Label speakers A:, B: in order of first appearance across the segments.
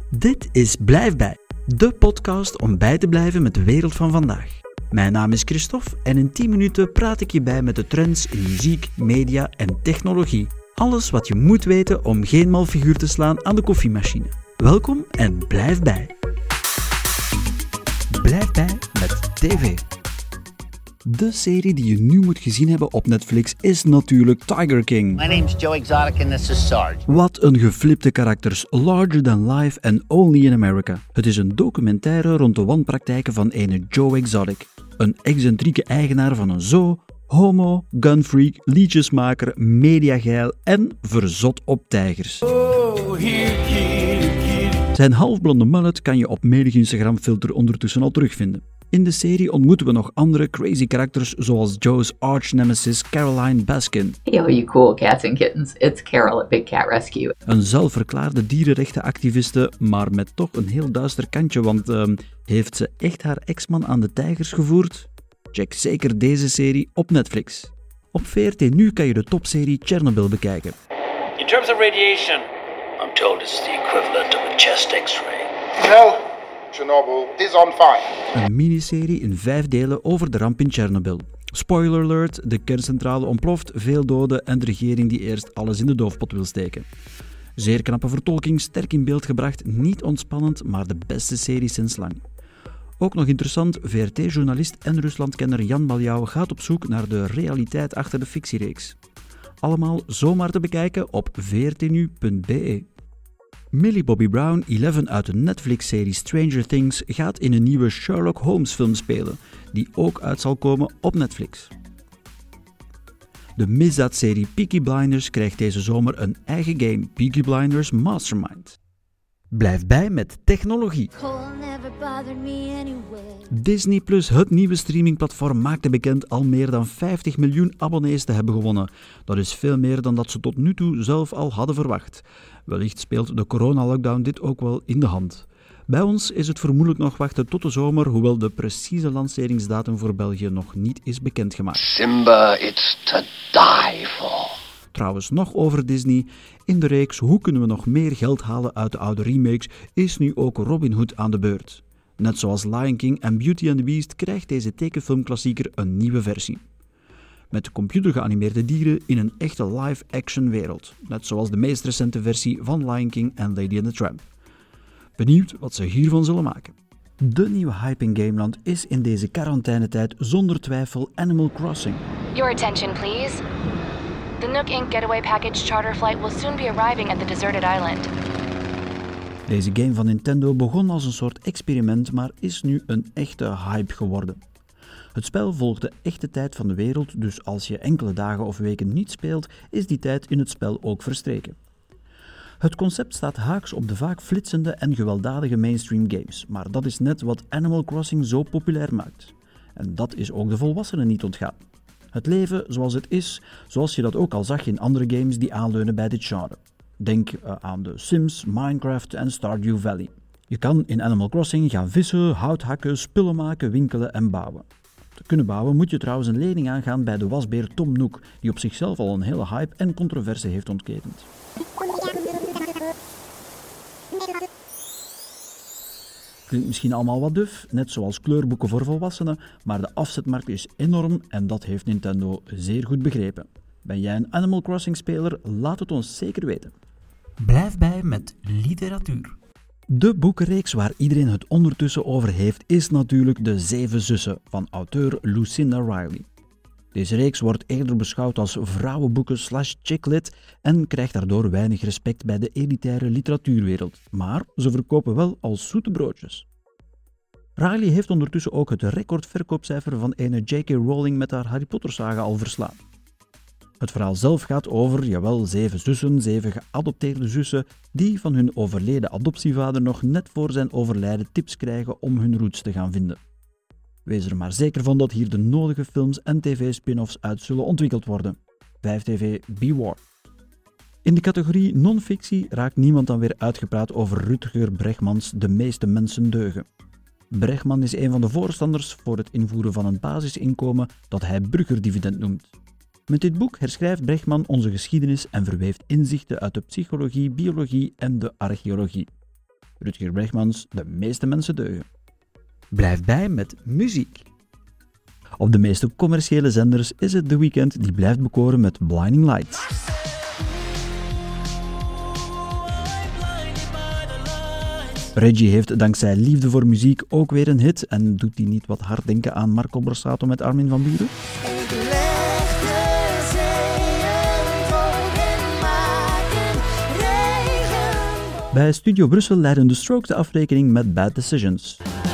A: Dit is Blijf Bij, de podcast om bij te blijven met de wereld van vandaag. Mijn naam is Christophe en in 10 minuten praat ik je bij met de trends in muziek, media en technologie. Alles wat je moet weten om geen mal figuur te slaan aan de koffiemachine. Welkom en blijf bij. Blijf bij met tv. De serie die je nu moet gezien hebben op Netflix is natuurlijk Tiger King.
B: My name's Joe Exotic and this is Sarge.
A: Wat een geflipte karakters, larger than life and only in America. Het is een documentaire rond de wanpraktijken van ene Joe Exotic. Een excentrieke eigenaar van een zoo, homo, gunfreak, liedjesmaker, mediageil en verzot op tijgers. Zijn halfblonde mullet kan je op menig Instagram-filter ondertussen al terugvinden. In de serie ontmoeten we nog andere crazy karakters zoals Joe's arch-nemesis Caroline Baskin.
C: Yo, you cool cats and kittens. It's Carol at Big Cat Rescue.
A: Een zelfverklaarde dierenrechtenactiviste, maar met toch een heel duister kantje, want heeft ze echt haar ex-man aan de tijgers gevoerd? Check zeker deze serie op Netflix. Op VRT Nu kan je de topserie Chernobyl bekijken.
D: In terms of radiation,
E: I'm told it's the equivalent of a chest x-ray.
F: No, Chernobyl is on fire.
A: Een miniserie in 5 delen over de ramp in Chernobyl. Spoiler alert, de kerncentrale ontploft, veel doden en de regering die eerst alles in de doofpot wil steken. Zeer knappe vertolking, sterk in beeld gebracht, niet ontspannend, maar de beste serie sinds lang. Ook nog interessant, VRT-journalist en Ruslandkenner Jan Baljouw gaat op zoek naar de realiteit achter de fictiereeks. Allemaal zomaar te bekijken op vrtnu.be. Millie Bobby Brown, 11 uit de Netflix-serie Stranger Things, gaat in een nieuwe Sherlock Holmes-film spelen, die ook uit zal komen op Netflix. De misdaadserie Peaky Blinders krijgt deze zomer een eigen game, Peaky Blinders Mastermind. Blijf bij met technologie. Disney+, het nieuwe streamingplatform, maakte bekend al meer dan 50 miljoen abonnees te hebben gewonnen. Dat is veel meer dan dat ze tot nu toe zelf al hadden verwacht. Wellicht speelt de coronalockdown dit ook wel in de hand. Bij ons is het vermoedelijk nog wachten tot de zomer, hoewel de precieze lanceringsdatum voor België nog niet is bekendgemaakt.
E: Simba, it's to die for.
A: Trouwens, nog over Disney. In de reeks Hoe kunnen we nog meer geld halen uit de oude remakes is nu ook Robin Hood aan de beurt. Net zoals Lion King en Beauty and the Beast krijgt deze tekenfilmklassieker een nieuwe versie. Met computergeanimeerde dieren in een echte live-action wereld. Net zoals de meest recente versie van Lion King en Lady and the Tramp. Benieuwd wat ze hiervan zullen maken. De nieuwe hype in Gameland is in deze quarantainetijd zonder twijfel Animal Crossing.
G: Your attention, please. The Nook Inc. Getaway Package charter flight will soon be arriving at the deserted island.
A: Deze game van Nintendo begon als een soort experiment, maar is nu een echte hype geworden. Het spel volgt de echte tijd van de wereld, dus als je enkele dagen of weken niet speelt, is die tijd in het spel ook verstreken. Het concept staat haaks op de vaak flitsende en gewelddadige mainstream games, maar dat is net wat Animal Crossing zo populair maakt. En dat is ook de volwassenen niet ontgaan. Het leven zoals het is, zoals je dat ook al zag in andere games die aanleunen bij dit genre. Denk aan de Sims, Minecraft en Stardew Valley. Je kan in Animal Crossing gaan vissen, hout hakken, spullen maken, winkelen en bouwen. Te kunnen bouwen moet je trouwens een lening aangaan bij de wasbeer Tom Nook, die op zichzelf al een hele hype en controverse heeft ontketend. Klinkt misschien allemaal wat duf, net zoals kleurboeken voor volwassenen, maar de afzetmarkt is enorm en dat heeft Nintendo zeer goed begrepen. Ben jij een Animal Crossing-speler? Laat het ons zeker weten. Blijf bij met literatuur. De boekenreeks waar iedereen het ondertussen over heeft is natuurlijk De 7 Zussen van auteur Lucinda Riley. Deze reeks wordt eerder beschouwd als vrouwenboeken / chicklit en krijgt daardoor weinig respect bij de elitaire literatuurwereld, maar ze verkopen wel als zoete broodjes. Riley heeft ondertussen ook het recordverkoopcijfer van ene J.K. Rowling met haar Harry Potter saga al verslaan. Het verhaal zelf gaat over, 7 zussen, 7 geadopteerde zussen, die van hun overleden adoptievader nog net voor zijn overlijden tips krijgen om hun roots te gaan vinden. Wees er maar zeker van dat hier de nodige films en tv-spin-offs uit zullen ontwikkeld worden. 5TV Beware. In de categorie non-fictie raakt niemand dan weer uitgepraat over Rutger Bregmans De meeste mensen deugen. Bregman is een van de voorstanders voor het invoeren van een basisinkomen dat hij burgerdividend noemt. Met dit boek herschrijft Bregman onze geschiedenis en verweeft inzichten uit de psychologie, biologie en de archeologie. Rutger Bregmans, de meeste mensen deugen. Blijf bij met muziek. Op de meeste commerciële zenders is het The Weeknd die blijft bekoren met Blinding Lights. Reggie heeft dankzij liefde voor muziek ook weer een hit en doet die niet wat hard denken aan Marco Borsato met Armin van Buuren? Bij Studio Brussel leiden de Strokes de afrekening met Bad Decisions.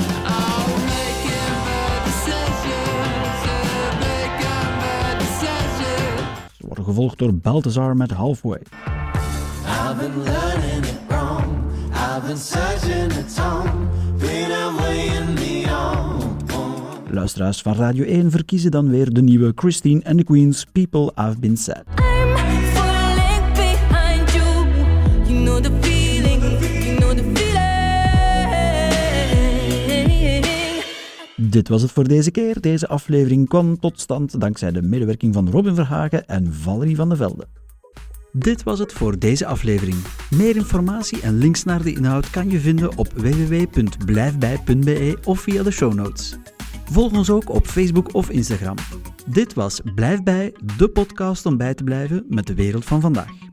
A: Ze worden gevolgd door Balthazar met Halfway. Luisteraars van Radio 1 verkiezen dan weer de nieuwe Christine and the Queens People I've Been Sad. Dit was het voor deze keer. Deze aflevering kwam tot stand dankzij de medewerking van Robin Verhagen en Valerie van de Velde. Dit was het voor deze aflevering. Meer informatie en links naar de inhoud kan je vinden op www.blijfbij.be of via de show notes. Volg ons ook op Facebook of Instagram. Dit was Blijf bij, de podcast om bij te blijven met de wereld van vandaag.